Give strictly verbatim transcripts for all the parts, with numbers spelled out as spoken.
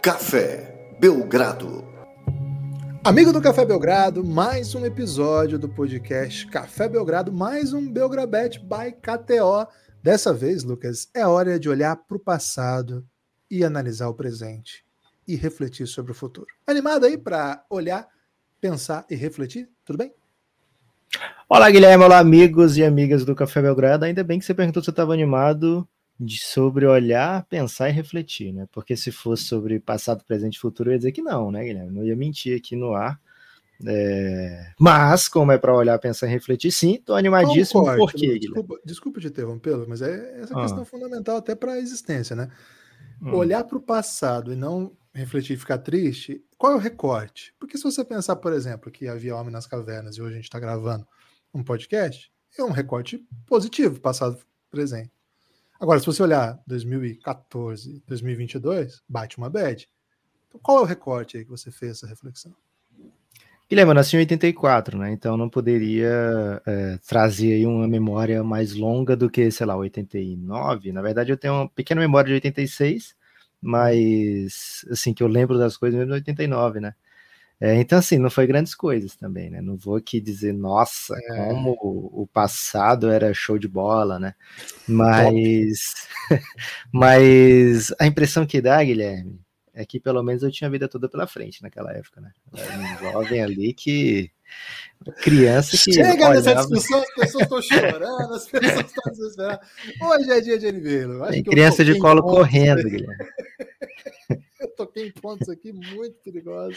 Café Belgrado. Amigo do Café Belgrado, mais um episódio do podcast Café Belgrado, mais um Belgrabet by K T O. Dessa vez, Lucas, é hora de olhar para o passado e analisar o presente e refletir sobre o futuro. Animado aí para olhar, pensar e refletir? Tudo bem? Olá, Guilherme, olá, amigos e amigas do Café Belgrado. Ainda bem que você perguntou se eu estava animado de, sobre olhar, pensar e refletir, né? Porque se fosse sobre passado, presente e futuro, eu ia dizer que não, né, Guilherme? Não ia mentir aqui no ar. É... Mas, como é para olhar, pensar e refletir, sim, estou animadíssimo. Corte, Por quê, Guilherme? desculpa, desculpa te interrompê-lo, mas é essa Ah. questão fundamental até para a existência, né? Hum. Olhar para o passado e não refletir e ficar triste, qual é o recorte? Porque se você pensar, por exemplo, que havia homem nas cavernas e hoje a gente está gravando um podcast, é um recorte positivo, passado, presente. Agora, se você olhar dois mil e quatorze, dois mil e vinte e dois, bate uma bad. Então, qual é o recorte aí que você fez essa reflexão? Guilherme, eu nasci em oitenta e quatro, né? Então não poderia é, trazer aí uma memória mais longa do que, sei lá, oitenta e nove. Na verdade, eu tenho uma pequena memória de oitenta e seis, mas assim, que eu lembro das coisas mesmo de oitenta e nove, né? É, então, assim, não foi grandes coisas também, né? Não vou aqui dizer, nossa, é. como o passado era show de bola, né? Mas, mas a impressão que dá, Guilherme, é que pelo menos eu tinha a vida toda pela frente naquela época, né? Eu era um jovem ali que... criança que... Chega olhava... nessa discussão, as pessoas estão chorando, as pessoas estão desesperadas. Hoje é dia de N B A. Tem criança de colo correndo, Guilherme. Eu toquei em pontos aqui muito perigosos.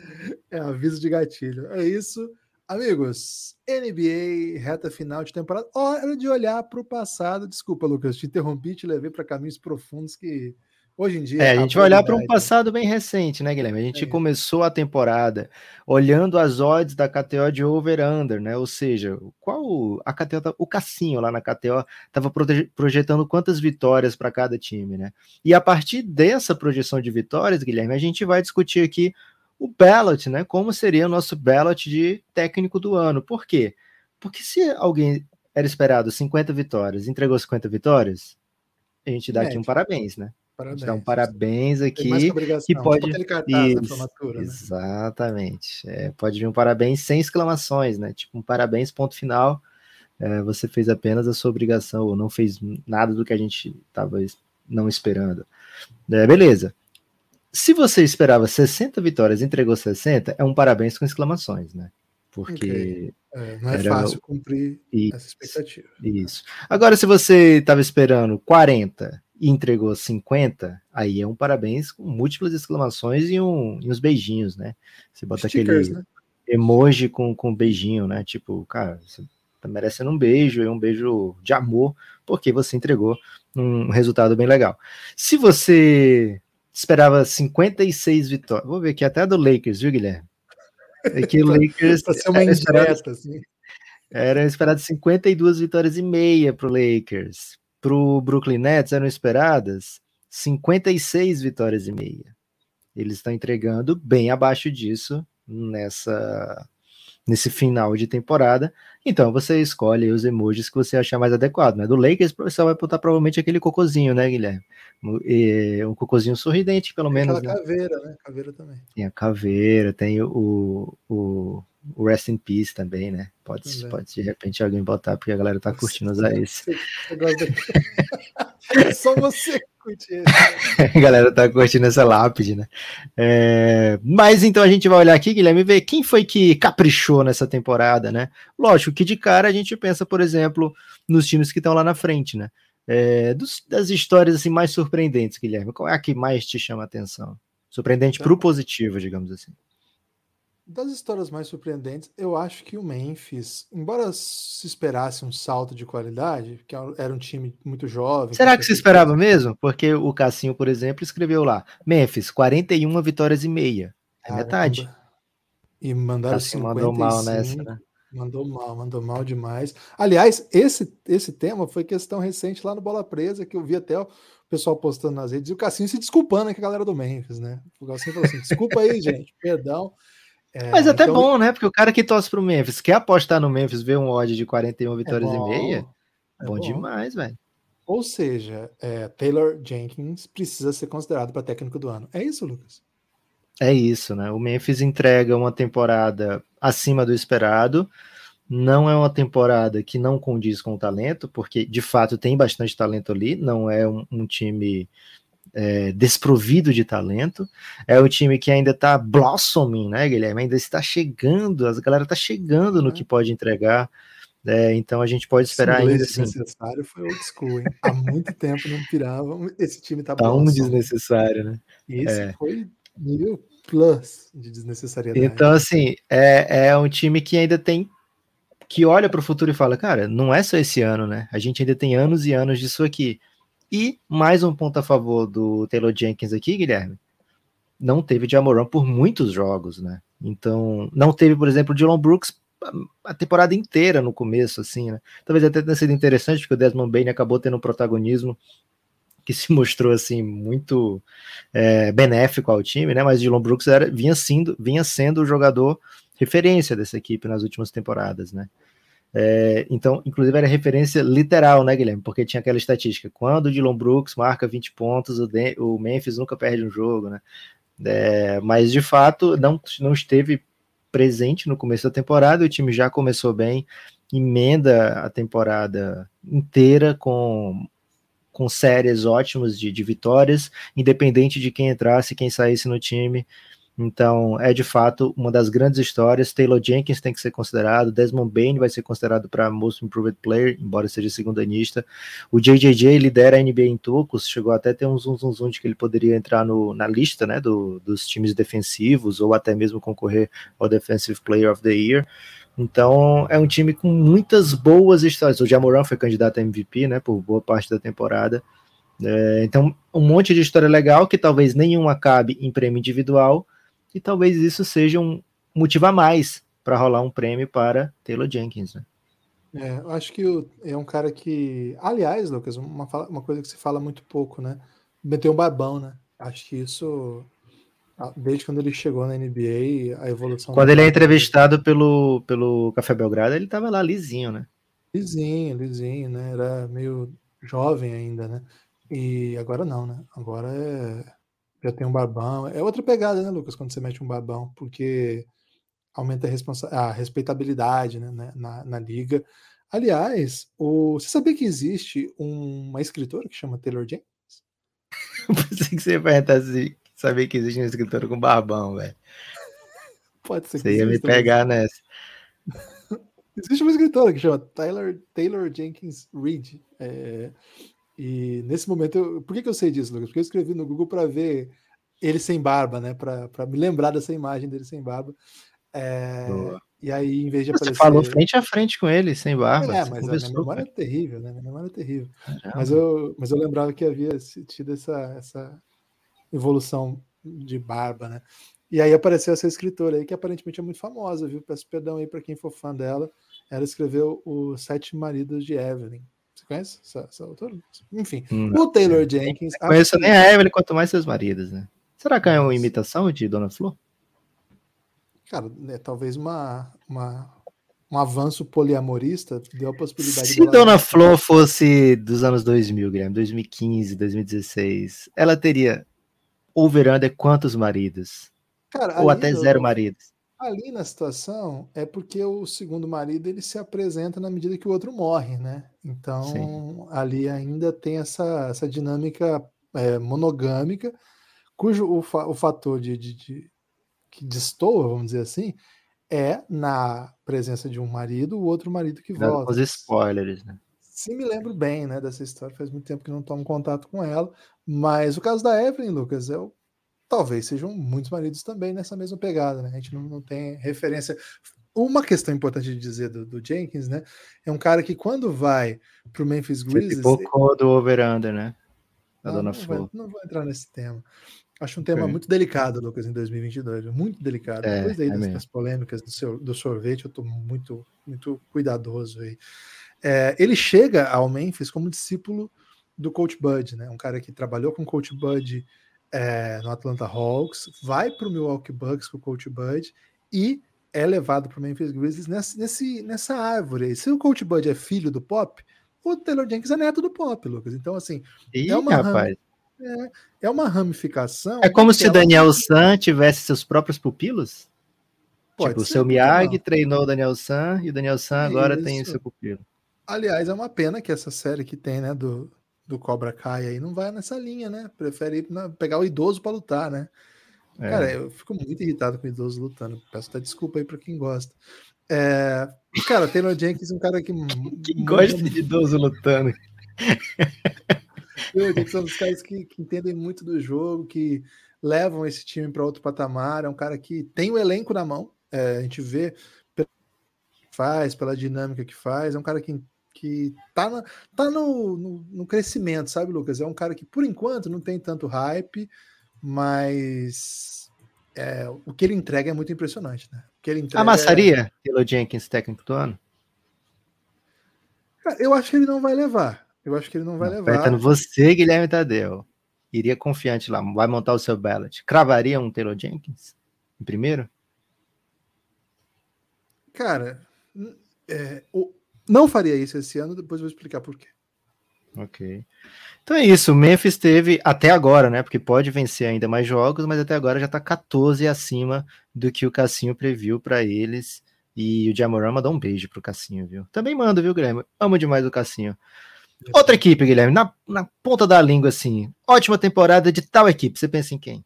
É aviso de gatilho. É isso. Amigos, N B A, reta final de temporada. Hora de olhar para o passado. Desculpa, Lucas, te interrompi, te levei para caminhos profundos que hoje em dia... É, a gente a vai olhar para um passado bem recente, né, Guilherme? A gente é. começou a temporada olhando as odds da K T O de over-under, né? Ou seja, qual a K T O, o Cassinho lá na K T O estava projetando quantas vitórias para cada time, né? E a partir dessa projeção de vitórias, Guilherme, a gente vai discutir aqui o ballot, né? Como seria o nosso ballot de técnico do ano. Por quê? Porque se alguém era esperado cinquenta vitórias, entregou cinquenta vitórias, a gente dá Médio. aqui um parabéns, né? Parabéns. A gente dá um parabéns aqui. Mais que, obrigação. que pode tipo cartaz na formatura, né? Exatamente. É, pode vir um parabéns sem exclamações, né? Tipo um parabéns, ponto final. É, você fez apenas a sua obrigação, ou não fez nada do que a gente estava não esperando. É, beleza. Se você esperava sessenta vitórias e entregou sessenta, é um parabéns com exclamações, né? Porque okay. é, não é era... fácil cumprir isso, essa expectativa. Isso. Agora, se você estava esperando quarenta e entregou cinquenta, aí é um parabéns com múltiplas exclamações e, um, e uns beijinhos, né? Você bota Stickers, aquele né? emoji com, com beijinho, né? Tipo, cara, você tá merecendo um beijo, e um beijo de amor, porque você entregou um resultado bem legal. Se você esperava cinquenta e seis vitórias. Vou ver aqui até do Lakers, viu, Guilherme? Aqui o Lakers para ser uma era indireta, esperado, assim. Era esperado cinquenta e duas vitórias e meia para o Lakers. Para o Brooklyn Nets eram esperadas cinquenta e seis vitórias e meia. Eles estão entregando bem abaixo disso nessa nesse final de temporada. Então você escolhe os emojis que você achar mais adequado, né? Do Lakers você vai botar provavelmente aquele cocôzinho, né, Guilherme? Um cocôzinho sorridente, pelo tem menos. Aquela né? caveira, né? Caveira também. Tem a caveira, tem o, o, o Rest in Peace também, né? Pode, pode de repente alguém botar, porque a galera tá curtindo usar esse. Você, você gosta da... Só você curte esse. Né? A galera tá curtindo essa lápide, né? É... Mas então a gente vai olhar aqui, Guilherme, e ver quem foi que caprichou nessa temporada, né? Lógico que de cara a gente pensa, por exemplo, nos times que estão lá na frente, né? É... Dos, das histórias assim, mais surpreendentes, Guilherme, qual é a que mais te chama a atenção? Surpreendente então, pro positivo, digamos assim. Das histórias mais surpreendentes, eu acho que o Memphis, embora se esperasse um salto de qualidade, que era um time muito jovem... Será que se esperava mesmo? Porque o Cassinho, por exemplo, escreveu lá, Memphis, quarenta e uma vitórias e meia. É Caramba. metade. E mandaram Cassinho cinquenta e cinco. Mandou mal nessa, né? Mandou mal, mandou mal demais. Aliás, esse, esse tema foi questão recente lá no Bola Presa, que eu vi até o pessoal postando nas redes, e o Cassinho se desculpando com a galera do Memphis, né? O Cassinho falou assim, desculpa aí, gente, perdão. É, Mas até então... bom, né? Porque o cara que torce pro Memphis, quer apostar no Memphis, ver um odd de quarenta e uma vitórias é bom, e meia, é bom, bom demais, velho. Ou seja, é, Taylor Jenkins precisa ser considerado para técnico do ano. É isso, Lucas? É isso, né? O Memphis entrega uma temporada acima do esperado. Não é uma temporada que não condiz com o talento, porque de fato tem bastante talento ali. Não é um, um time é, desprovido de talento. É um time que ainda está blossoming, né, Guilherme? Ainda está chegando, a galera está chegando no que pode entregar. É, então a gente pode esperar ainda assim. Desnecessário foi old school, hein? Há muito tempo não piravam. Esse time tá tão desnecessário, né? Esse é. foi nível plus de desnecessariedade. Então, assim, é, é um time que ainda tem, que olha para o futuro e fala, cara, não é só esse ano, né? A gente ainda tem anos e anos disso aqui. E mais um ponto a favor do Taylor Jenkins aqui, Guilherme, não teve Ja Morant por muitos jogos, né? Então, não teve, por exemplo, o Dillon Brooks a temporada inteira no começo, assim, né? Talvez até tenha sido interessante, porque o Desmond Bane acabou tendo um protagonismo que se mostrou, assim, muito é, benéfico ao time, né? Mas o Dillon Brooks era, vinha, sendo, vinha sendo o jogador referência dessa equipe nas últimas temporadas, né? É, então, inclusive, era referência literal, né, Guilherme? Porque tinha aquela estatística, quando o Dillon Brooks marca vinte pontos, o, De- o Memphis nunca perde um jogo, né? É, mas, de fato, não, não esteve presente no começo da temporada, o time já começou bem, emenda a temporada inteira com, com séries ótimas de, de vitórias, independente de quem entrasse, quem saísse no time. Então, é de fato uma das grandes histórias. Taylor Jenkins tem que ser considerado, Desmond Bane vai ser considerado para Most Improved Player, embora seja segundanista. O J J J lidera a N B A em tocos, chegou até a ter um zoom, zoom, zoom de que ele poderia entrar no, na lista, né, do, dos times defensivos, ou até mesmo concorrer ao Defensive Player of the Year. Então, é um time com muitas boas histórias. O Ja Morant foi candidato a M V P, né, por boa parte da temporada. É, então, um monte de história legal, que talvez nenhuma cabe em prêmio individual, e talvez isso seja um motivo a mais para rolar um prêmio para Taylor Jenkins, né? É, eu acho que o, é um cara que, aliás, Lucas, uma, uma coisa que se fala muito pouco, né? Meteu um barbão, né? Acho que isso, desde quando ele chegou na N B A, a evolução Quando da ele é barba entrevistado dele, pelo, pelo Café Belgrado, ele tava lá lisinho, né? Lisinho, lisinho, né? Era meio jovem ainda, né? E agora não, né? Agora é, já tem um barbão. É outra pegada, né, Lucas, quando você mete um barbão, porque aumenta a, responsa- a respeitabilidade, né, na, na, na liga. Aliás, o... você sabia que existe um- uma escritora que chama Taylor Jenkins? Pensei que você ia perguntar se sabia que existe um escritor com barbão, velho. Pode ser que Você ia me exista. pegar Mas... nessa. Existe uma escritora que chama Taylor, Taylor Jenkins Reid. É... E nesse momento, eu... por que, que eu sei disso, Lucas? Porque eu escrevi no Google para ver ele sem barba, né? Para me lembrar dessa imagem dele sem barba. É... E aí, em vez de Você aparecer. falou frente a frente com ele, sem barba. É, Você mas a minha conversou, memória cara. é terrível, né? Minha memória é terrível. Caramba. Mas eu, mas eu lembrava que havia tido essa, essa evolução de barba, né? E aí apareceu essa escritora aí, que aparentemente é muito famosa, viu? Peço perdão aí para quem for fã dela. Ela escreveu Os Sete Maridos de Evelyn. Você conhece essa, essa autora? Enfim, Não, o Taylor é. Jenkins. Não conheço Acho que... nem a Evelyn, quanto mais seus maridos, né? Será que é uma Nossa. imitação de Dona Flor? Cara, é talvez uma, uma, um avanço poliamorista deu a possibilidade Se dela Dona lançar. Flor fosse dos anos dois mil, Guilherme, dois mil e quinze, dois mil e dezesseis, ela teria over-under quantos maridos? Cara, Ou ali até no, zero no, maridos? ali na situação é porque o segundo marido ele se apresenta na medida que o outro morre, né? Sim. Então ali ainda tem essa, essa dinâmica é, monogâmica, cujo o, fa- o fator de, de, de- que destoa, vamos dizer assim, é na presença de um marido, o outro marido que Cuidado com volta. os spoilers, né? Se me lembro bem, né, dessa história, faz muito tempo que não tomo contato com ela, mas o caso da Evelyn, Lucas, é o talvez sejam muitos maridos também nessa mesma pegada, né? A gente não, não tem referência. Uma questão importante de dizer do, do Jenkins, né? É um cara que quando vai para o Memphis Você Grizzlies. pipocou do over-under, né? Da Não, Dona não, vai, Flor. não vou entrar nesse tema. Acho um tema Ok. muito delicado, Lucas, em dois mil e vinte e dois. Muito delicado. É, Depois daí é das, mesmo. das polêmicas do, seu, do sorvete, eu estou muito, muito cuidadoso aí. É, ele chega ao Memphis como discípulo do Coach Bud, né? Um cara que trabalhou com o Coach Bud é, no Atlanta Hawks, vai para o Milwaukee Bucks com o Coach Bud e é levado para o Memphis Grizzlies nesse, nesse, nessa árvore. Se o Coach Bud é filho do Pop, o Taylor Jenkins é neto do Pop, Lucas. Então, assim, Ih, é, uma rapaz. ram... é, é uma ramificação. É como se o Daniel que... San tivesse seus próprios pupilos? Pode tipo, ser, o seu por que Miyagi não? treinou o Daniel San e o Daniel San agora tem o Isso. seu pupilo. Aliás, é uma pena que essa série que tem, né, do, do Cobra Kai aí não vai nessa linha, né? Prefere ir na- pegar o idoso pra lutar, né? É. Cara, eu fico muito irritado com o idoso lutando. Peço até desculpa aí pra quem gosta. É, cara, Taylor Jenkins é um cara que Quem manja gosta de idoso lutando? Taylor Jenkins é um dos caras que, que entendem muito do jogo, que levam esse time para outro patamar. É um cara que tem o elenco na mão. É, a gente vê pelo que faz, pela dinâmica que faz. É um cara que, que tá, na, tá no, no, no crescimento, sabe, Lucas? É um cara que, por enquanto, não tem tanto hype, mas é, o que ele entrega é muito impressionante, né? O que ele entrega Amassaria é... Taylor Jenkins, técnico do ano? Cara, eu acho que ele não vai levar. Eu acho que ele não vai Não, levar. apertando você, Guilherme Tadeu. Iria confiante lá, vai montar o seu ballot. Cravaria um Taylor Jenkins em primeiro? Cara, é, o, não faria isso esse ano, depois vou explicar por quê. Ok. Então é isso, o Memphis teve até agora, né? Porque pode vencer ainda mais jogos, mas até agora já tá quatorze acima do que o Cassinho previu para eles. E o Jamoran mandou um beijo pro Cassinho, viu? Também mando, viu, Guilherme? Amo demais o Cassinho. Outra equipe, Guilherme, na, na ponta da língua, assim. Ótima temporada de tal equipe. Você pensa em quem?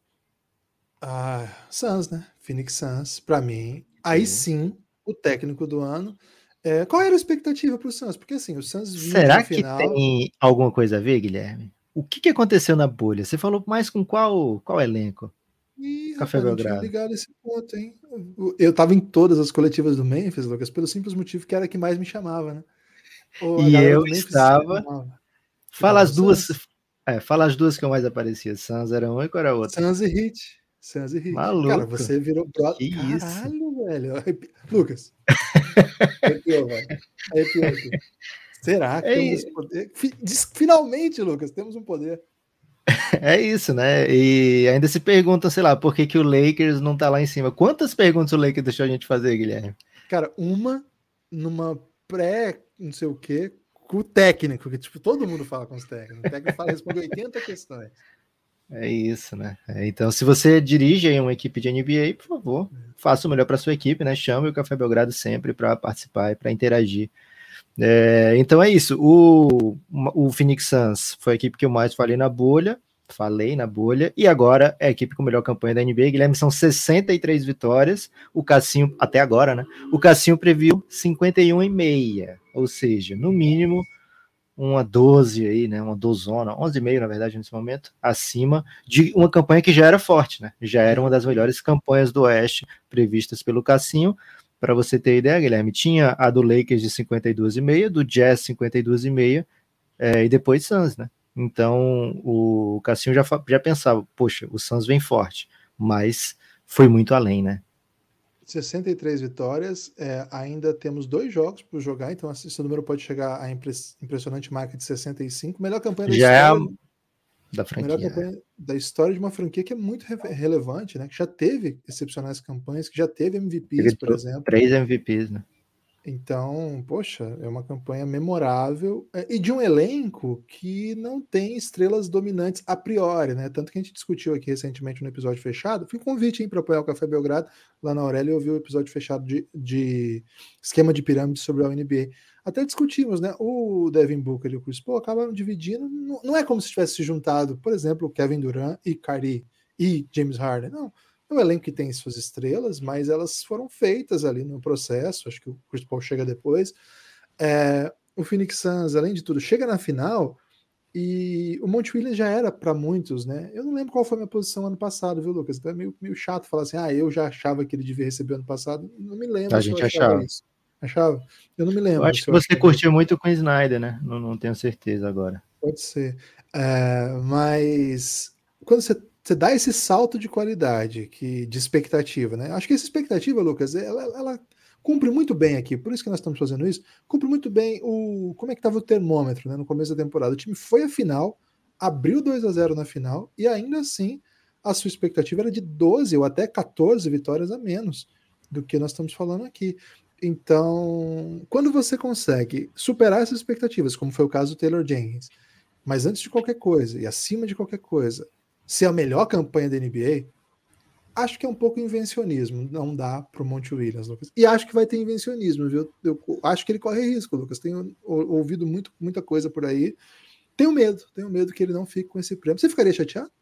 Ah, Suns, né? Phoenix Suns, pra mim. Aí sim, o técnico do ano. É, qual era a expectativa pro Suns? Porque assim, o Suns vinha de Será uma que final. tem alguma coisa a ver, Guilherme? O que, que aconteceu na bolha? Você falou mais com qual, qual elenco? Ih, Café rapaz, não tinha Belgrado. ligado esse ponto, hein? Eu, eu tava em todas as coletivas do Memphis, Lucas, pelo simples motivo que era a que mais me chamava, né? Ou a E galera eu do Memphis estava. chamava. Você Fala tava no as duas. Suns? É, fala as duas que eu mais aparecia. Suns era uma e qual era a outra? Suns e Heat. Suns e Heat. Cara, Maluco. você virou brother. Que isso? Caralho, velho. Arrepi... Lucas. Arrepiou, velho. Arrepiou aqui. Será que temos esse poder? Finalmente, Lucas, temos um poder. É isso, né? E ainda se perguntam, sei lá, por que, que o Lakers não tá lá em cima. Quantas perguntas o Lakers deixou a gente fazer, Guilherme? Cara, uma numa pré, não sei o quê, com o técnico, que tipo, todo mundo fala com os técnicos. O técnico fala, responde oitenta questões. É isso, né? É, então, se você dirige aí uma equipe de N B A, por favor, faça o melhor para sua equipe, né? Chame o Café Belgrado sempre para participar e para interagir. É, então é isso. O, o Phoenix Suns foi a equipe que eu mais falei na bolha, falei na bolha, e agora é a equipe com a melhor campanha da N B A. Guilherme, são sessenta e três vitórias. O Cassinho, até agora, né? O Cassinho previu cinquenta e um e meia, ou seja, no mínimo uma doze aí, né? Uma dozona, onze e meio na verdade nesse momento, acima de uma campanha que já era forte, né? Já era uma das melhores campanhas do Oeste previstas pelo Cassinho. Para você ter ideia, Guilherme, tinha a do Lakers de cinquenta e dois e meia, do Jazz cinquenta e dois e meia, é, e depois Suns, né? Então o Cassinho já, já pensava, poxa, o Suns vem forte, mas foi muito além, né? sessenta e três vitórias, é, ainda temos dois jogos para jogar, então esse número pode chegar à impressionante marca de sessenta e cinco. Melhor campanha da já história. É a... da franquia. Melhor campanha da história de uma franquia que é muito re relevante, né? Que já teve excepcionais campanhas, que já teve M V Ps, teve por exemplo. Três M V Ps, né? Então, poxa, é uma campanha memorável e de um elenco que não tem estrelas dominantes a priori, né? Tanto que a gente discutiu aqui recentemente no episódio fechado. Fui convite para apoiar o Café Belgrado lá na Aurélia e ouvir o episódio fechado de, de esquema de pirâmide sobre a N B A. Até discutimos, né? O Devin Booker e o Chris Paul acabam dividindo. Não, não é como se tivesse se juntado, por exemplo, o Kevin Durant e Kyrie e James Harden. Não. É um elenco que tem suas estrelas, mas elas foram feitas ali no processo. Acho que o Chris Paul chega depois. É, o Phoenix Suns, além de tudo, chega na final e o Monte Williams já era para muitos, né? Eu não lembro qual foi a minha posição ano passado, viu, Lucas? Então é meio, meio chato falar assim, ah, eu já achava que ele devia receber ano passado. Não me lembro a se gente eu achava, achava isso. Achava? Eu não me lembro. Eu acho se que eu você achava. curtiu muito com o Snyder, né? Não, não tenho certeza agora. Pode ser. É, mas quando você você dá esse salto de qualidade, que, de expectativa, né? Acho que essa expectativa, Lucas, ela, ela cumpre muito bem aqui, por isso que nós estamos fazendo isso, cumpre muito bem o como é que estava o termômetro, né, no começo da temporada. O time foi à final, abriu dois a zero na final, e ainda assim a sua expectativa era de doze ou até quatorze vitórias a menos do que nós estamos falando aqui. Então, quando você consegue superar essas expectativas, como foi o caso do Taylor Jenkins, mas antes de qualquer coisa e acima de qualquer coisa, ser a melhor campanha da N B A, acho que é um pouco invencionismo. Não dá pro Monty Williams, Lucas. E acho que vai ter invencionismo, viu? Eu acho que ele corre risco, Lucas. Tenho ouvido muito, muita coisa por aí. Tenho medo, tenho medo que ele não fique com esse prêmio. Você ficaria chateado?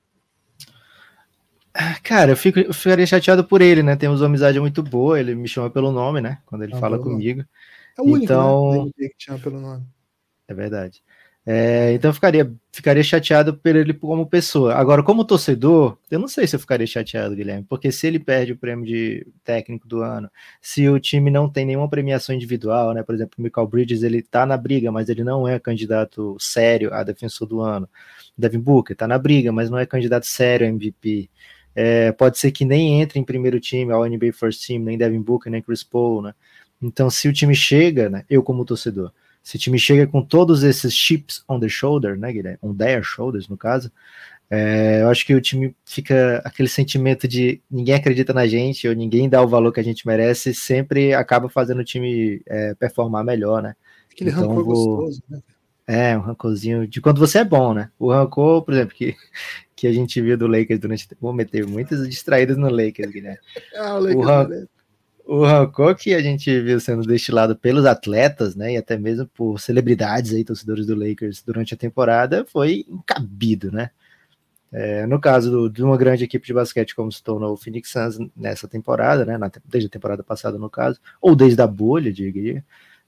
Cara, eu, fico, eu ficaria chateado por ele, né? Temos uma amizade muito boa, ele me chama pelo nome, né? Quando ele Não, fala pelo nome. comigo. É o único, então, né? Da N B A que te chama pelo nome. É verdade. É, então eu ficaria, ficaria chateado por ele como pessoa. Agora, como torcedor, eu não sei se eu ficaria chateado, Guilherme, porque se ele perde o prêmio de técnico do ano, se o time não tem nenhuma premiação individual, né? Por exemplo, o Michael Bridges, ele tá na briga, mas ele não é candidato sério a defensor do ano. Devin Booker tá na briga, mas não é candidato sério a M V P. É, pode ser que nem entre em primeiro time ao N B A First Team, nem Devin Booker, nem Chris Paul, né? Então, se o time chega, né? Eu como torcedor, se o time chega com todos esses chips on the shoulder, né, Guilherme? On their shoulders, no caso, é, eu acho que o time fica aquele sentimento de ninguém acredita na gente, ou ninguém dá o valor que a gente merece, sempre acaba fazendo o time é, performar melhor, né? Aquele então, rancor vou... gostoso, né? É, um rancorzinho de quando você é bom, né? O rancor, por exemplo, que, que a gente viu do Lakers durante... Vou meter muitas distraídas no Lakers, Guilherme. Ah, o Lakers, o rancor... O rancor que a gente viu sendo destilado pelos atletas, né, e até mesmo por celebridades aí, torcedores do Lakers durante a temporada, foi encabido, né? É, no caso do, de uma grande equipe de basquete como se tornou o Phoenix Suns nessa temporada, né, na, desde a temporada passada no caso, ou desde a bolha, diria,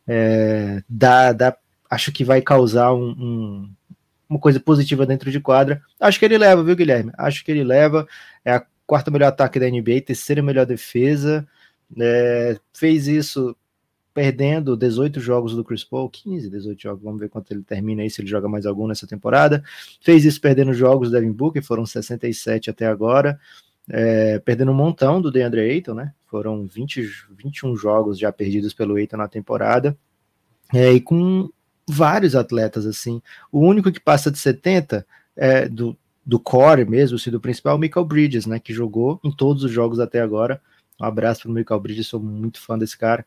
é, dá, dá, acho que vai causar um, um, uma coisa positiva dentro de quadra. Acho que ele leva, viu, Guilherme? Acho que ele leva, é a quarta melhor ataque da N B A, terceira melhor defesa. É, fez isso perdendo dezoito jogos do Chris Paul, quinze, dezoito jogos, vamos ver quanto ele termina aí, se ele joga mais algum nessa temporada. Fez isso perdendo jogos do Devin Booker, foram sessenta e sete até agora, é, perdendo um montão do DeAndre Ayton, né? Foram vinte, vinte e um jogos já perdidos pelo Ayton na temporada, é, e com vários atletas assim. O único que passa de setenta é do, do core mesmo, assim, do principal, é o Michael Bridges, né? Que jogou em todos os jogos até agora. Um abraço pro Michael Bridges, sou muito fã desse cara.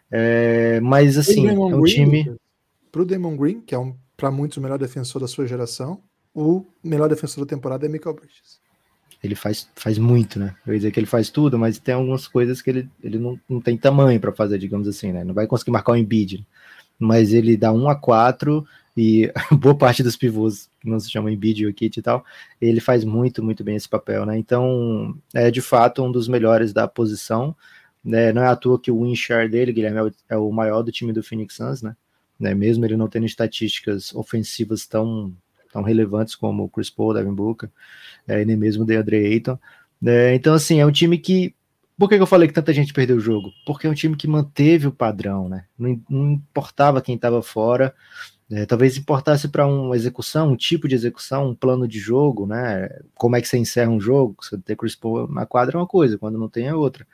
É, mas assim, é um Green, time. Lucas, pro Damon Green, que é um, para muitos o melhor defensor da sua geração, o melhor defensor da temporada é Michael Bridges. Ele faz, faz muito, né? Eu ia dizer que ele faz tudo, mas tem algumas coisas que ele, ele não, não tem tamanho para fazer, digamos assim, né? Não vai conseguir marcar o Embiid, mas ele dá um a quatro e boa parte dos pivôs, que não se chama Embiid, Jokic e tal, ele faz muito, muito bem esse papel, né? Então, é de fato um dos melhores da posição, né? Não é à toa que o win share dele, Guilherme, é o, é o maior do time do Phoenix Suns, né? né? Mesmo ele não tendo estatísticas ofensivas tão, tão relevantes como o Chris Paul, Devin Booker, é, e nem mesmo o DeAndre Ayton. É, então, assim, é um time que... Por que eu falei que tanta gente perdeu o jogo? Porque é um time que manteve o padrão, né? Não, não importava quem estava fora, é, talvez importasse para uma execução, um tipo de execução, um plano de jogo, né? Como é que você encerra um jogo? Você ter Chris Paul na quadra é uma coisa, quando não tem é outra.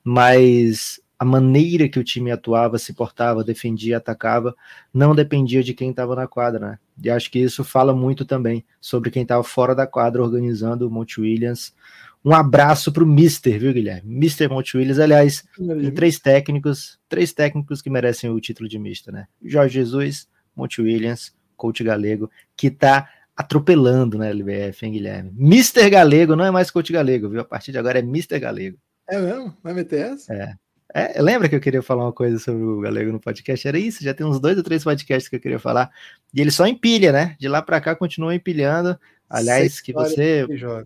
Mas a maneira que o time atuava, se portava, defendia, atacava, não dependia de quem estava na quadra, né? E acho que isso fala muito também sobre quem estava fora da quadra organizando o Monty Williams. Um abraço para o Mister, viu, Guilherme? Mister Monty Williams, aliás, tem três técnicos, três técnicos que merecem o título de Mister, né? Jorge Jesus, Monty Williams, Coach Galego, que tá atropelando na L B F, hein, Guilherme? Mister Galego, não é mais Coach Galego, viu? A partir de agora é Mister Galego. É mesmo? Vai meter essa? É. é. Lembra que eu queria falar uma coisa sobre o Galego no podcast? Era isso, já tem uns dois ou três podcasts que eu queria falar. E ele só empilha, né? De lá para cá continua empilhando. Aliás, Sei que você...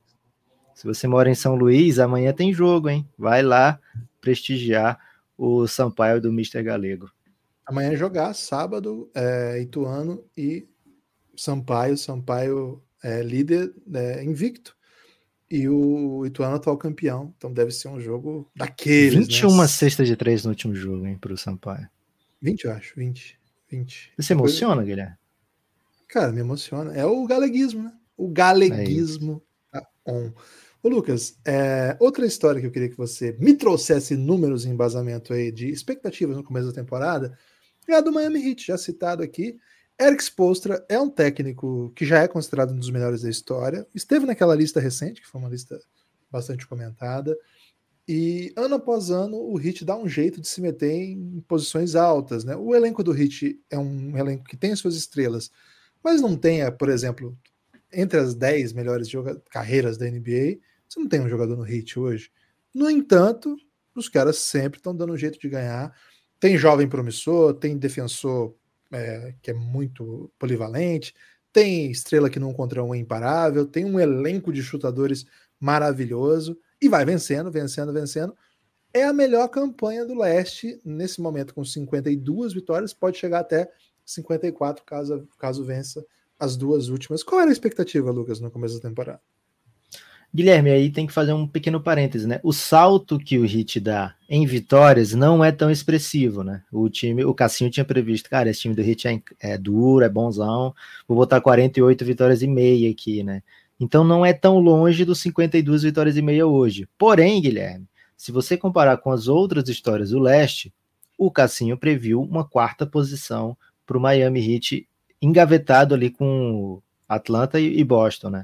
Se você mora em São Luís, amanhã tem jogo, hein? Vai lá prestigiar o Sampaio do Mister Galego. Amanhã é jogar, sábado, é, Ituano e Sampaio. Sampaio é líder, é, invicto. E o Ituano atual campeão. Então deve ser um jogo daqueles, vinte e uma né? cestas de três no último jogo, hein, pro Sampaio. vinte, eu acho. vinte. vinte. Você se emociona, Guilherme? Cara, me emociona. É o galeguismo, né? O galeguismo tá on. Ô, Lucas, é, outra história que eu queria que você me trouxesse números e embasamento aí de expectativas no começo da temporada é a do Miami Heat, já citado aqui. Erik Spoelstra é um técnico que já é considerado um dos melhores da história. Esteve naquela lista recente, que foi uma lista bastante comentada. E ano após ano o Heat dá um jeito de se meter em posições altas, né? O elenco do Heat é um elenco que tem suas estrelas, mas não tem, por exemplo, entre as dez melhores carreiras da N B A, você não tem um jogador no Heat hoje. No entanto, os caras sempre estão dando um jeito de ganhar. Tem jovem promissor, tem defensor é, que é muito polivalente, tem estrela que num contra um é imparável, tem um elenco de chutadores maravilhoso e vai vencendo, vencendo, vencendo. É a melhor campanha do leste nesse momento, com cinquenta e duas vitórias, pode chegar até cinquenta e quatro caso, caso vença as duas últimas. Qual era a expectativa, Lucas, no começo da temporada? Guilherme, aí tem que fazer um pequeno parêntese, né? O salto que o Heat dá em vitórias não é tão expressivo, né? O time, o Cassinho tinha previsto, cara, esse time do Heat é, é duro, é bonzão, vou botar quarenta e oito vitórias e meia aqui, né? Então não é tão longe dos cinquenta e duas vitórias e meia hoje. Porém, Guilherme, se você comparar com as outras histórias do leste, o Cassinho previu uma quarta posição para o Miami Heat, engavetado ali com Atlanta e, e Boston, né?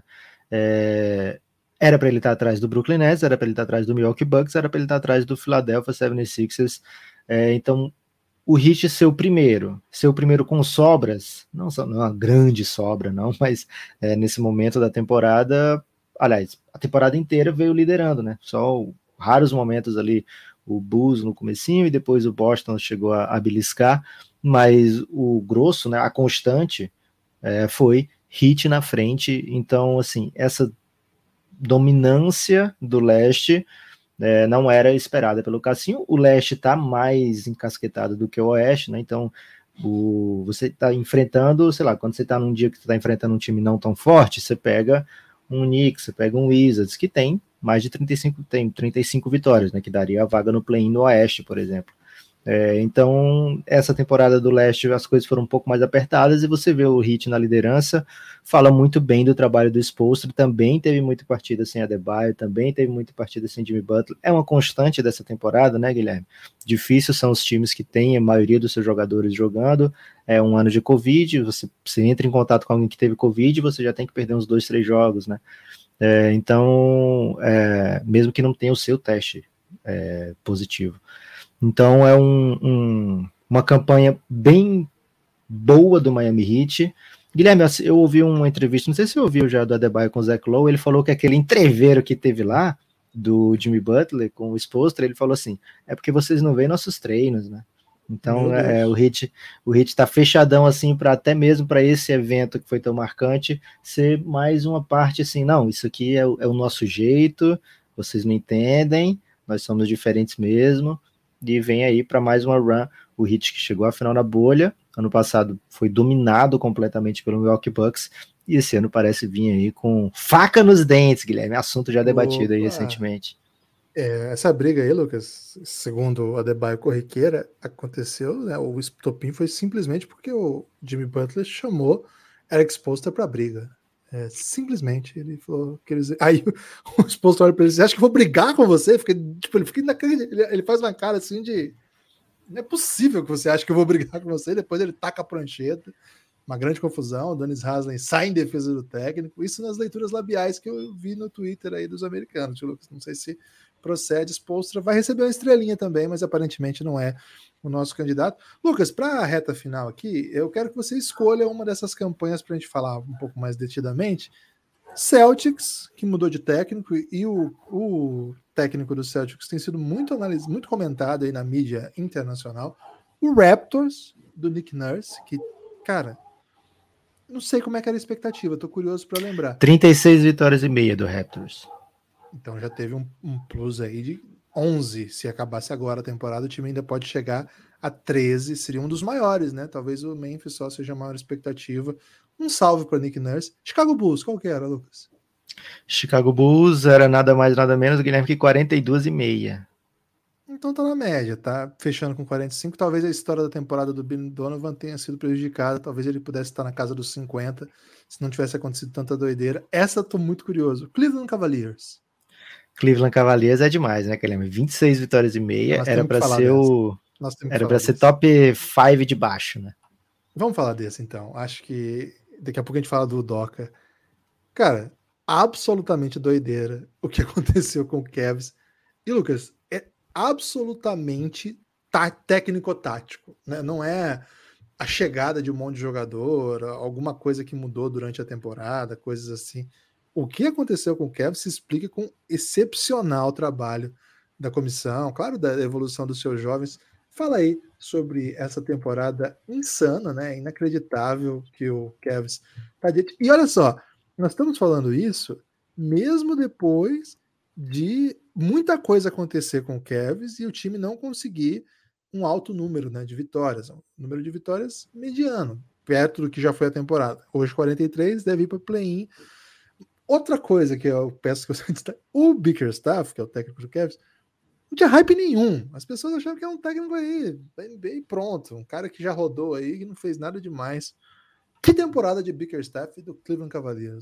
É... Era para ele estar atrás do Brooklyn Nets, era para ele estar atrás do Milwaukee Bucks, era para ele estar atrás do Philadelphia setenta e seis ers. É, então, o Heat ser o primeiro, ser o primeiro com sobras, não, não é uma grande sobra, não, mas é, nesse momento da temporada, aliás, a temporada inteira veio liderando, né? Só raros momentos ali, o Bulls no comecinho e depois o Boston chegou a, a beliscar, mas o grosso, né, a constante, é, foi Heat na frente. Então, assim, essa dominância do leste é, não era esperada pelo Cassinho. O leste está mais encasquetado do que o oeste, né? Então o, você está enfrentando, sei lá, quando você está num dia que você está enfrentando um time não tão forte, você pega um Knicks, você pega um Wizards, que tem mais de trinta e cinco, tem trinta e cinco vitórias, né? Que daria a vaga no play-in no oeste, por exemplo. É, então, essa temporada do leste as coisas foram um pouco mais apertadas e você vê o Heat na liderança, fala muito bem do trabalho do Spoelstra, também teve muita partida sem Adebayo, também teve muita partida sem Jimmy Butler, é uma constante dessa temporada, né, Guilherme? Difícil são os times que têm a maioria dos seus jogadores jogando, é um ano de Covid, você, você entra em contato com alguém que teve Covid, você já tem que perder uns dois, três jogos, né? É, então, é, mesmo que não tenha o seu teste é, positivo. Então é um, um, uma campanha bem boa do Miami Heat. Guilherme, eu ouvi uma entrevista, não sei se você ouviu já do Adebayo com o Zach Lowe, ele falou que aquele entreveiro que teve lá, do Jimmy Butler com o Spoelstra, ele falou assim, é porque vocês não veem nossos treinos, né? Então é, o Heat o Heat tá fechadão assim, para até mesmo para esse evento que foi tão marcante, ser mais uma parte assim, não, isso aqui é, é o nosso jeito, vocês não entendem, nós somos diferentes mesmo, e vem aí para mais uma run, o Heat que chegou à final na bolha, ano passado foi dominado completamente pelo Milwaukee Bucks, e esse ano parece vir aí com faca nos dentes, Guilherme, assunto já debatido aí recentemente. É, essa briga aí, Lucas, segundo o Adebayo corriqueira, aconteceu, né, o estopim foi simplesmente porque o Jimmy Butler chamou Eric Spoelstra para briga. É, simplesmente, ele falou que eles... Aí o Spoelstra olha para ele, você acha que eu vou brigar com você? Fica, tipo, ele fica inacreditável, ele, ele faz uma cara assim de... Não é possível que você ache que eu vou brigar com você, depois ele taca a prancheta, uma grande confusão, o Dennis Haslem sai em defesa do técnico, isso nas leituras labiais que eu vi no Twitter aí dos americanos, Lucas, não sei se procede, Spoelstra vai receber uma estrelinha também, mas aparentemente não é o nosso candidato. Lucas, para a reta final aqui, eu quero que você escolha uma dessas campanhas para a gente falar um pouco mais detidamente. Celtics, que mudou de técnico, e o, o técnico do Celtics tem sido muito analisado, muito comentado aí na mídia internacional. O Raptors, do Nick Nurse, que, cara, não sei como é que era a expectativa, tô curioso para lembrar. trinta e seis vitórias e meia do Raptors. Então já teve um, um plus aí de onze. Se acabasse agora a temporada, o time ainda pode chegar a treze. Seria um dos maiores, né? Talvez o Memphis só seja a maior expectativa. Um salve para Nick Nurse. Chicago Bulls, qual que era, Lucas? Chicago Bulls era nada mais, nada menos, Guilherme, que quarenta e dois e meia. Então tá na média, tá fechando com quarenta e cinco. Talvez a história da temporada do Bill Donovan tenha sido prejudicada. Talvez ele pudesse estar na casa dos cinquenta, se não tivesse acontecido tanta doideira. Essa eu tô muito curioso. Cleveland Cavaliers. Cleveland Cavaliers é demais, né, Guilherme? vinte e seis vitórias e meia, era para ser o era para ser top cinco de baixo, né? Vamos falar desse então. Acho que daqui a pouco a gente fala do Udoka. Cara, absolutamente doideira o que aconteceu com o Cavs. E, Lucas, é absolutamente tá, técnico-tático, né? Não é a chegada de um monte de jogador, alguma coisa que mudou durante a temporada, coisas assim. O que aconteceu com o Cavs se explica com excepcional trabalho da comissão, claro, da evolução dos seus jovens. Fala aí sobre essa temporada insana, né? Inacreditável que o Cavs tá de... E olha só, nós estamos falando isso mesmo depois de muita coisa acontecer com o Cavs e o time não conseguir um alto número, né, de vitórias, um número de vitórias mediano, perto do que já foi a temporada. Hoje quarenta e três, deve ir para play-in. Outra coisa que eu peço que você destaque, o Bickerstaff, que é o técnico do Cavs, não tinha hype nenhum. As pessoas achavam que é um técnico aí, bem pronto, um cara que já rodou aí, que não fez nada demais. Que temporada de Bickerstaff e do Cleveland Cavaliers?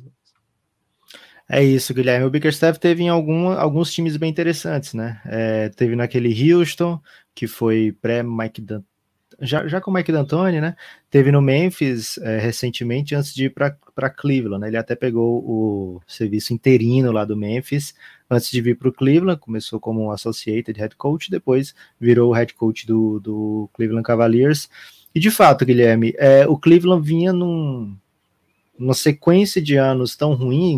É isso, Guilherme. O Bickerstaff teve em algum, alguns times bem interessantes, né? É, teve naquele Houston, que foi pré-Mike D'Antoni, já, já com o Mike D'Antoni, né? Teve no Memphis é, recentemente, antes de ir para Cleveland, né? Ele até pegou o serviço interino lá do Memphis, antes de vir para o Cleveland, começou como associated head coach, depois virou o head coach do, do Cleveland Cavaliers. E de fato, Guilherme, é, o Cleveland vinha num, numa sequência de anos tão ruim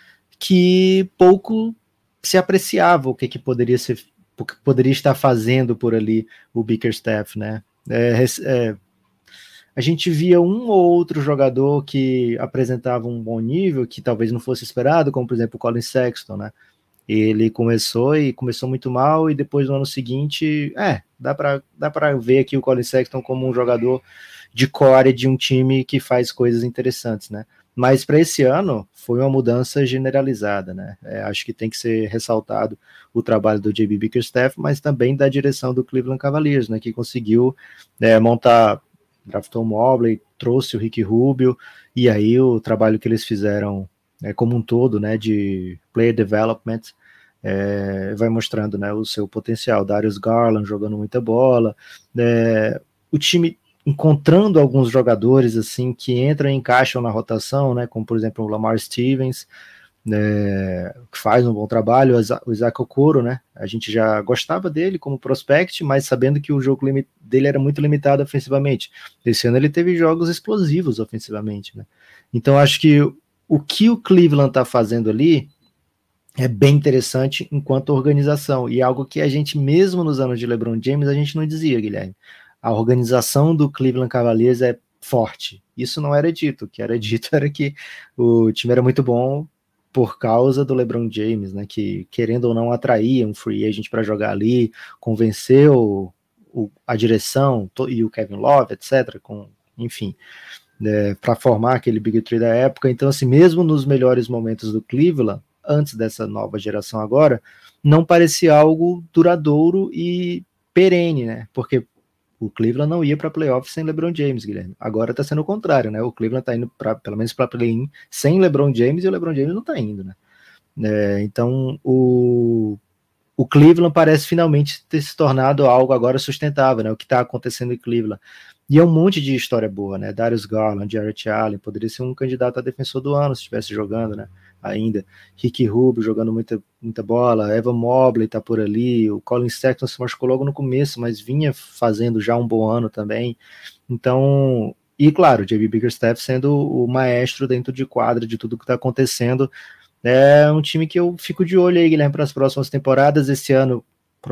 que pouco se apreciava o que, que poderia ser, o que poderia estar fazendo por ali o Bickerstaff, né? É, é, a gente via um ou outro jogador que apresentava um bom nível, que talvez não fosse esperado, como por exemplo o Colin Sexton, né? Ele começou e começou muito mal, e depois no ano seguinte, é, dá para dá para ver aqui o Colin Sexton como um jogador de core de um time que faz coisas interessantes, né? Mas para esse ano foi uma mudança generalizada, né? É, acho que tem que ser ressaltado o trabalho do J B Bickerstaff, mas também da direção do Cleveland Cavaliers, né? Que conseguiu é, montar, draftou o Mobley, trouxe o Ricky Rubio, e aí o trabalho que eles fizeram é, como um todo, né? De player development, é, vai mostrando, né? O seu potencial. Darius Garland jogando muita bola, é, o time encontrando alguns jogadores assim que entram e encaixam na rotação, né, como por exemplo o Lamar Stevens, né, que faz um bom trabalho, o Isaac Okoro, né, a gente já gostava dele como prospect, mas sabendo que o jogo dele era muito limitado ofensivamente. Esse ano ele teve jogos explosivos ofensivamente, né, então acho que o que o Cleveland está fazendo ali é bem interessante enquanto organização, e algo que a gente, mesmo nos anos de LeBron James, a gente não dizia, Guilherme. A organização do Cleveland Cavaliers é forte. Isso não era dito. O que era dito era que o time era muito bom por causa do LeBron James, né? Que, querendo ou não, atraía um free agent para jogar ali, convenceu o, a direção e o Kevin Love, etcétera. Com, enfim, né, para formar aquele Big Three da época. Então, assim, mesmo nos melhores momentos do Cleveland, antes dessa nova geração agora, não parecia algo duradouro e perene, né? Porque o Cleveland não ia para playoff sem LeBron James, Guilherme. Agora está sendo o contrário, né? O Cleveland está indo para, pelo menos para play-in sem LeBron James, e o LeBron James não está indo, né? É, então o, o Cleveland parece finalmente ter se tornado algo agora sustentável, né? O que está acontecendo em Cleveland. E é um monte de história boa, né? Darius Garland, Jarrett Allen, poderia ser um candidato a defensor do ano se estivesse jogando, né? Ainda. Ricky Rubio jogando muita, muita bola, Evan Mobley tá por ali, o Colin Sexton se machucou logo no começo, mas vinha fazendo já um bom ano também. Então, e claro, o J B Bickerstaff sendo o maestro dentro de quadra de tudo que tá acontecendo. É um time que eu fico de olho aí, Guilherme, para as próximas temporadas. Esse ano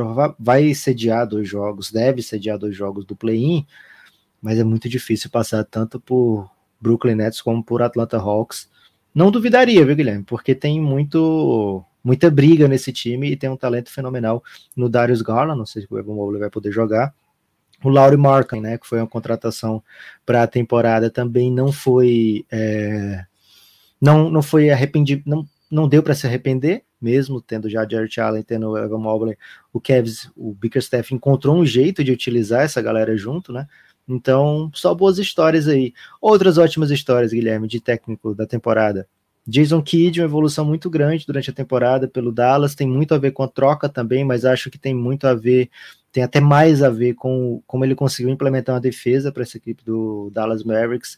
vai sediar dois jogos, deve sediar dois jogos do play-in, mas é muito difícil passar tanto por Brooklyn Nets como por Atlanta Hawks. Não duvidaria, viu, Guilherme? Porque tem muito, muita briga nesse time e tem um talento fenomenal no Darius Garland, não sei se o Evan Mobley vai poder jogar. O Lauri Markkanen, né, que foi uma contratação para a temporada, também não foi é, não, não foi arrependido, não, não deu para se arrepender, mesmo tendo já Jarrett Allen, tendo o Evan Mobley, o Cavs, o Bickerstaff encontrou um jeito de utilizar essa galera junto, né? Então, só boas histórias aí. Outras ótimas histórias, Guilherme, de técnico da temporada. Jason Kidd, uma evolução muito grande durante a temporada pelo Dallas, tem muito a ver com a troca também, mas acho que tem muito a ver, tem até mais a ver com como ele conseguiu implementar uma defesa para essa equipe do Dallas Mavericks,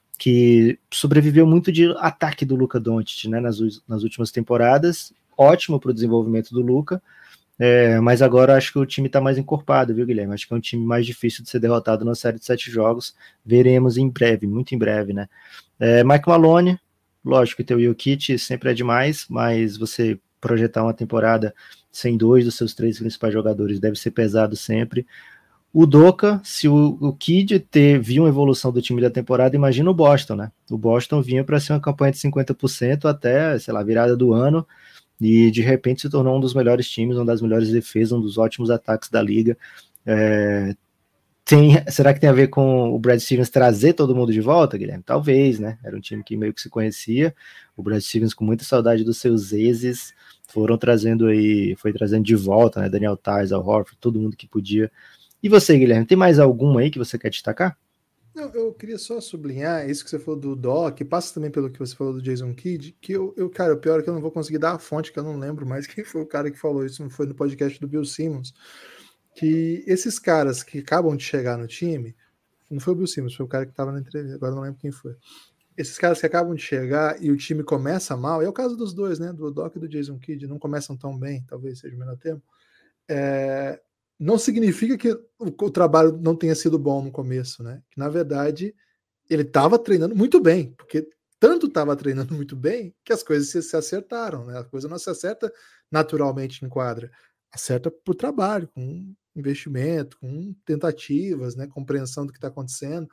que sobreviveu muito de ataque do Luka Doncic, né, nas, nas últimas temporadas, ótimo para o desenvolvimento do Luka, É, mas agora acho que o time está mais encorpado, viu, Guilherme? Acho que é um time mais difícil de ser derrotado na série de sete jogos. Veremos em breve, muito em breve, né? É, Mike Malone, lógico que ter o Jokic sempre é demais, mas você projetar uma temporada sem dois dos seus três principais jogadores deve ser pesado sempre. O Doka, se o, o Kid ter, viu uma evolução do time da temporada, imagina o Boston, né? O Boston vinha para ser uma campanha de cinquenta por cento até, sei lá, virada do ano, e de repente se tornou um dos melhores times, uma das melhores defesas, um dos ótimos ataques da liga. É, tem, será que tem a ver com o Brad Stevens trazer todo mundo de volta, Guilherme? Talvez, né? Era um time que meio que se conhecia. O Brad Stevens, com muita saudade dos seus exes, foram trazendo aí, foi trazendo de volta, né? Daniel Theis, Al Horford, todo mundo que podia. E você, Guilherme, tem mais algum aí que você quer destacar? Não, eu queria só sublinhar isso que você falou do Doc, passa também pelo que você falou do Jason Kidd, que eu, eu, cara, o pior é que eu não vou conseguir dar a fonte, que eu não lembro mais quem foi o cara que falou isso, não foi no podcast do Bill Simmons, que esses caras que acabam de chegar no time, não foi o Bill Simmons, foi o cara que estava na entrevista, agora não lembro quem foi. Esses caras que acabam de chegar e o time começa mal, é o caso dos dois, né, do Doc e do Jason Kidd, não começam tão bem, talvez seja o melhor termo, é... não significa que o, o trabalho não tenha sido bom no começo, né? Que na verdade ele estava treinando muito bem, porque tanto estava treinando muito bem que as coisas se, se acertaram, né? A coisa não se acerta naturalmente em quadra, acerta por trabalho, com investimento, com tentativas, né? Compreensão do que está acontecendo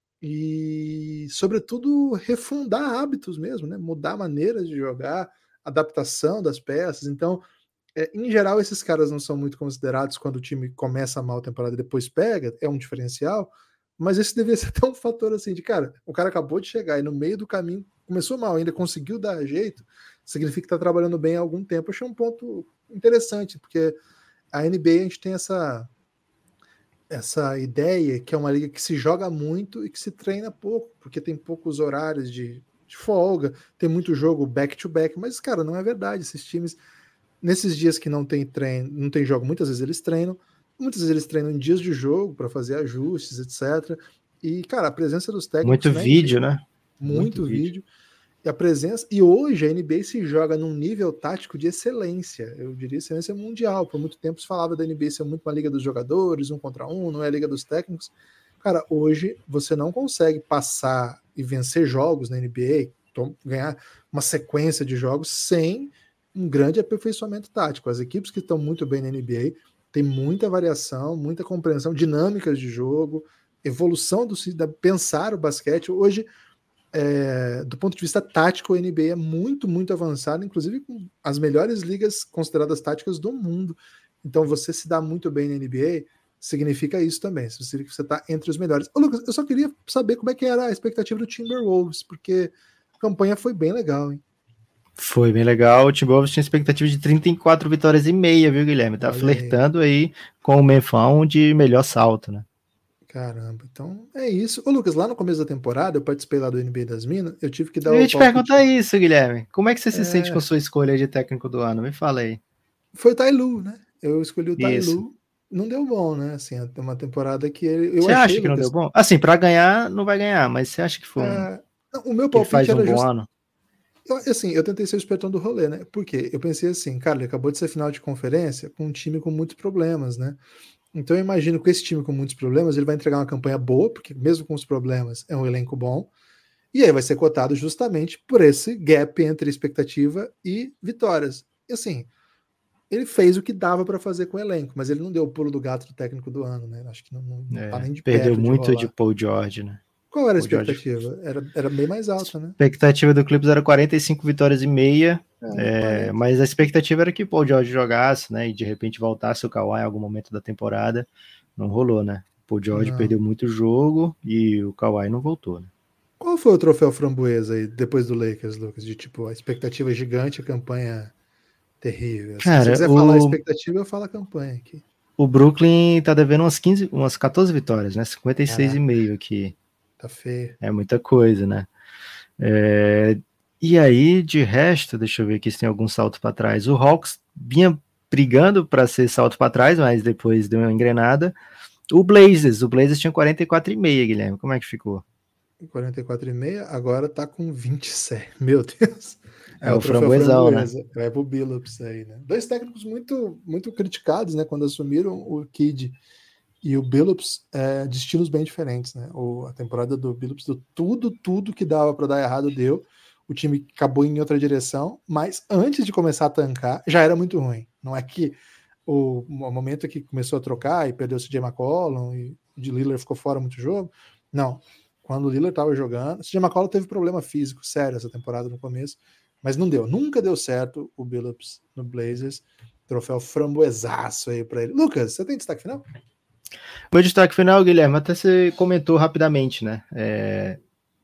e, sobretudo, refundar hábitos mesmo, né? Mudar maneiras de jogar, adaptação das peças. Então, É, em geral, esses caras não são muito considerados quando o time começa mal a temporada e depois pega, é um diferencial, mas esse deveria ser até um fator assim de, cara, o cara acabou de chegar e no meio do caminho começou mal, ainda conseguiu dar jeito, significa que está trabalhando bem há algum tempo. Eu achei um ponto interessante, porque a N B A a gente tem essa, essa ideia que é uma liga que se joga muito e que se treina pouco, porque tem poucos horários de, de folga, tem muito jogo back-to-back, mas, cara, não é verdade, esses times... Nesses dias que não tem treino, não tem jogo, muitas vezes eles treinam, muitas vezes eles treinam em dias de jogo para fazer ajustes, etcétera. E, cara, a presença dos técnicos... Muito vídeo, né? Muito, muito vídeo. vídeo. E a presença... E hoje a N B A se joga num nível tático de excelência, eu diria excelência mundial. Por muito tempo se falava da N B A ser muito uma liga dos jogadores, um contra um, não é a liga dos técnicos. Cara, hoje você não consegue passar e vencer jogos na N B A, ganhar uma sequência de jogos sem... um grande aperfeiçoamento tático. As equipes que estão muito bem na N B A têm muita variação, muita compreensão, dinâmicas de jogo, evolução do da pensar o basquete. Hoje, é, do ponto de vista tático, a N B A é muito, muito avançada, inclusive com as melhores ligas consideradas táticas do mundo. Então, você se dá muito bem na N B A significa isso também, significa que você está entre os melhores. Ô, Lucas, eu só queria saber como é que era a expectativa do Timberwolves, porque a campanha foi bem legal, hein? Foi bem legal, o Timberwolves tinha expectativa de trinta e quatro vitórias e meia, viu, Guilherme? Tá Olha flertando aí. aí com o Memphão de melhor salto, né? Caramba, então é isso. Ô Lucas, lá no começo da temporada, eu participei lá do N B A das Minas, eu tive que dar eu o ia te perguntar isso, Guilherme. Como é que você se é... sente com a sua escolha de técnico do ano? Me fala aí. Foi o Ty Lue, né? Eu escolhi o Ty Lue. Não deu bom, né? Assim, é uma temporada que ele... eu Você achei, acha que Lucas... não deu bom? Assim, para ganhar, não vai ganhar, mas você acha que foi um... É... O meu palpite faz era um bom just... ano? Eu, assim, eu tentei ser o espertão do rolê, né? Por quê? Eu pensei assim, cara, ele acabou de ser final de conferência com um time com muitos problemas, né? Então eu imagino que com esse time com muitos problemas, ele vai entregar uma campanha boa, porque mesmo com os problemas, é um elenco bom, e aí vai ser cotado justamente por esse gap entre expectativa e vitórias. E assim, ele fez o que dava para fazer com o elenco, mas ele não deu o pulo do gato do técnico do ano, né? Acho que não, não, não é, tá nem de perdeu perto muito de, de Paul George, né? Qual era a Paul expectativa? George... Era, era bem mais alta, né? A expectativa do Clippers era quarenta e cinco vitórias e meia, é, é, mas a expectativa era que o Paul George jogasse, né? E de repente voltasse o Kawhi em algum momento da temporada. Não rolou, né? O Paul George não. perdeu muito jogo e o Kawhi não voltou, né? Qual foi o troféu framboesa aí depois do Lakers, Lucas? De tipo, a expectativa gigante, a campanha terrível. Assim, Cara, se quiser o... falar a expectativa, eu falo a campanha aqui. O Brooklyn tá devendo umas quinze, umas quatorze vitórias, né? cinquenta e seis e meio aqui. Tá feio. É muita coisa, né? É... E aí, de resto, deixa eu ver aqui se tem algum salto para trás. O Hawks vinha brigando para ser salto para trás, mas depois deu uma engrenada. O Blazers, o Blazers tinha quarenta e quatro e meio, Guilherme. Como é que ficou? quarenta e quatro e meio, agora tá com vinte e sete. Meu Deus. É, é o, o framboesão, né? Vai pro Billups aí, né? Dois técnicos muito, muito criticados, né? Quando assumiram o Kidd e o Billups, é, de estilos bem diferentes, né? O, a temporada do Billups deu tudo, tudo que dava para dar errado deu. O time acabou em outra direção, mas antes de começar a tancar, já era muito ruim. Não é que o, o momento que começou a trocar e perdeu o C J McCollum e o Lillard ficou fora muito jogo. Não. Quando o Lillard estava jogando, o C J McCollum teve problema físico sério essa temporada no começo, mas não deu. Nunca deu certo o Billups no Blazers. Troféu framboesaço aí para ele. Lucas, você tem destaque final? Meu destaque final, Guilherme, até você comentou rapidamente, né? É...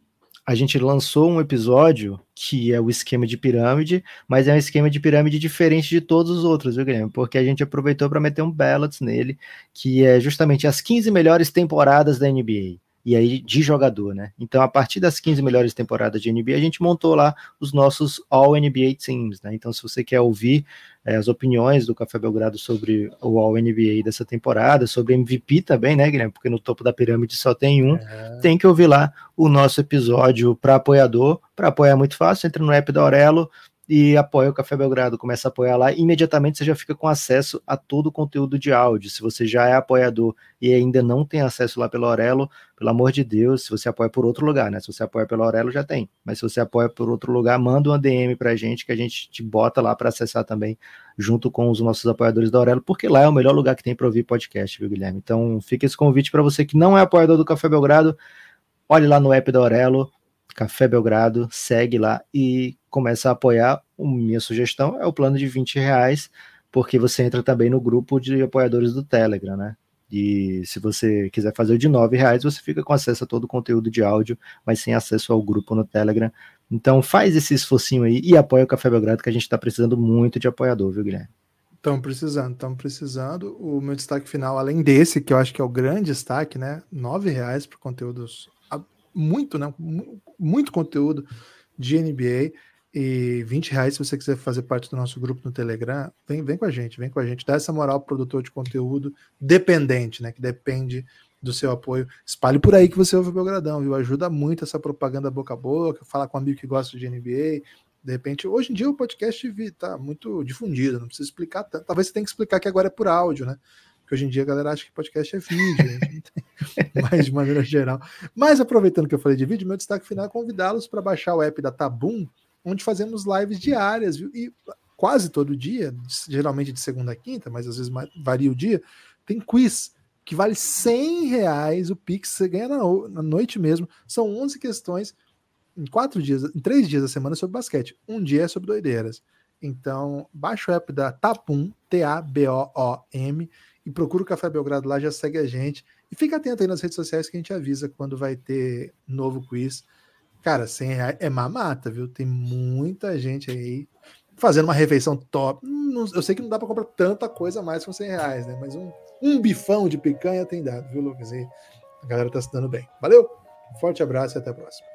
A gente lançou um episódio que é o esquema de pirâmide, mas é um esquema de pirâmide diferente de todos os outros, viu, Guilherme? Porque a gente aproveitou para meter um balance nele, que é justamente as quinze melhores temporadas da N B A. E aí, de jogador, né? Então, a partir das quinze melhores temporadas de N B A, a gente montou lá os nossos All-N B A Teams, né? Então, se você quer ouvir é, as opiniões do Café Belgrado sobre o All-N B A dessa temporada, sobre M V P também, né, Guilherme? Porque no topo da pirâmide só tem um. É. Tem que ouvir lá o nosso episódio para apoiador. Para apoiar é muito fácil, entra no app da Aurelo e apoia o Café Belgrado, começa a apoiar lá, imediatamente você já fica com acesso a todo o conteúdo de áudio. Se você já é apoiador e ainda não tem acesso lá pela Aurelo, pelo amor de Deus, se você apoia por outro lugar, né? Se você apoia pela Aurelo, já tem. Mas se você apoia por outro lugar, manda uma D M pra gente, que a gente te bota lá para acessar também, junto com os nossos apoiadores da Aurelo, porque lá é o melhor lugar que tem para ouvir podcast, viu, Guilherme? Então fica esse convite para você que não é apoiador do Café Belgrado, olhe lá no app da Aurelo, Café Belgrado, segue lá e começa a apoiar. A minha sugestão é o plano de vinte reais, porque você entra também no grupo de apoiadores do Telegram, né? E se você quiser fazer o de nove reais, você fica com acesso a todo o conteúdo de áudio, mas sem acesso ao grupo no Telegram. Então faz esse esforcinho aí e apoia o Café Belgrado, que a gente está precisando muito de apoiador, viu, Guilherme? Estamos precisando, estamos precisando. O meu destaque final, além desse, que eu acho que é o grande destaque, né? nove reais por conteúdos, muito, né? Muito conteúdo de N B A. E vinte reais se você quiser fazer parte do nosso grupo no Telegram, vem, vem com a gente, vem com a gente, dá essa moral pro produtor de conteúdo dependente, né, que depende do seu apoio. Espalhe por aí que você ouve o Belgradão, viu? Ajuda muito essa propaganda boca a boca, fala com um amigo que gosta de N B A. De repente, hoje em dia o podcast tá muito difundido, não precisa explicar tanto. Talvez você tenha que explicar que agora é por áudio, né? Porque hoje em dia a galera acha que podcast é vídeo, né? Mas de maneira geral. Mas aproveitando que eu falei de vídeo, meu destaque final é convidá-los para baixar o app da Tabum, onde fazemos lives diárias, viu? E quase todo dia, geralmente de segunda a quinta, mas às vezes varia o dia, tem quiz, que vale cem reais, o Pix você ganha na, na noite mesmo, são onze questões, em quatro dias, em três dias da semana sobre basquete, um dia é sobre doideiras. Então, baixa o app da Tabum, T A B O O M, e procura o Café Belgrado lá, já segue a gente, e fica atento aí nas redes sociais que a gente avisa quando vai ter novo quiz. Cara, cem reais é mamata, viu? Tem muita gente aí fazendo uma refeição top. Eu sei que não dá para comprar tanta coisa mais com cem reais, né? Mas um, um bifão de picanha tem dado, viu, Lucas? E a galera tá se dando bem. Valeu, forte abraço e até a próxima.